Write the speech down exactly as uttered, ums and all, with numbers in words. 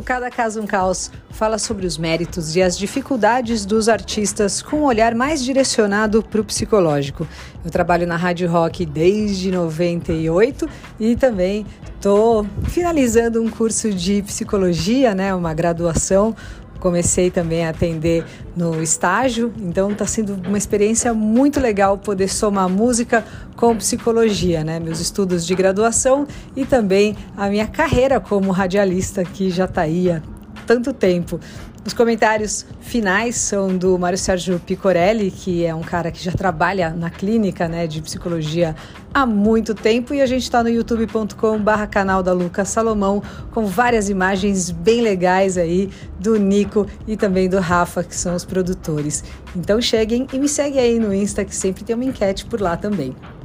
O Cada Caso um Caos fala sobre os méritos e as dificuldades dos artistas com um olhar mais direcionado para o psicológico. Eu trabalho na Rádio Rock desde noventa e oito e também estou finalizando um curso de psicologia, né, uma graduação. Comecei também a atender no estágio, então está sendo uma experiência muito legal poder somar música com psicologia, né? Meus estudos de graduação e também a minha carreira como radialista, que já está aí há tanto tempo. Os comentários finais são do Mário Sérgio Picorelli, que é um cara que já trabalha na clínica, né, de psicologia há muito tempo, e a gente está no youtube ponto com barra canal da Lucas Salomão, com várias imagens bem legais aí do Nico e também do Rafa, que são os produtores. Então cheguem e me seguem aí no Insta, que sempre tem uma enquete por lá também.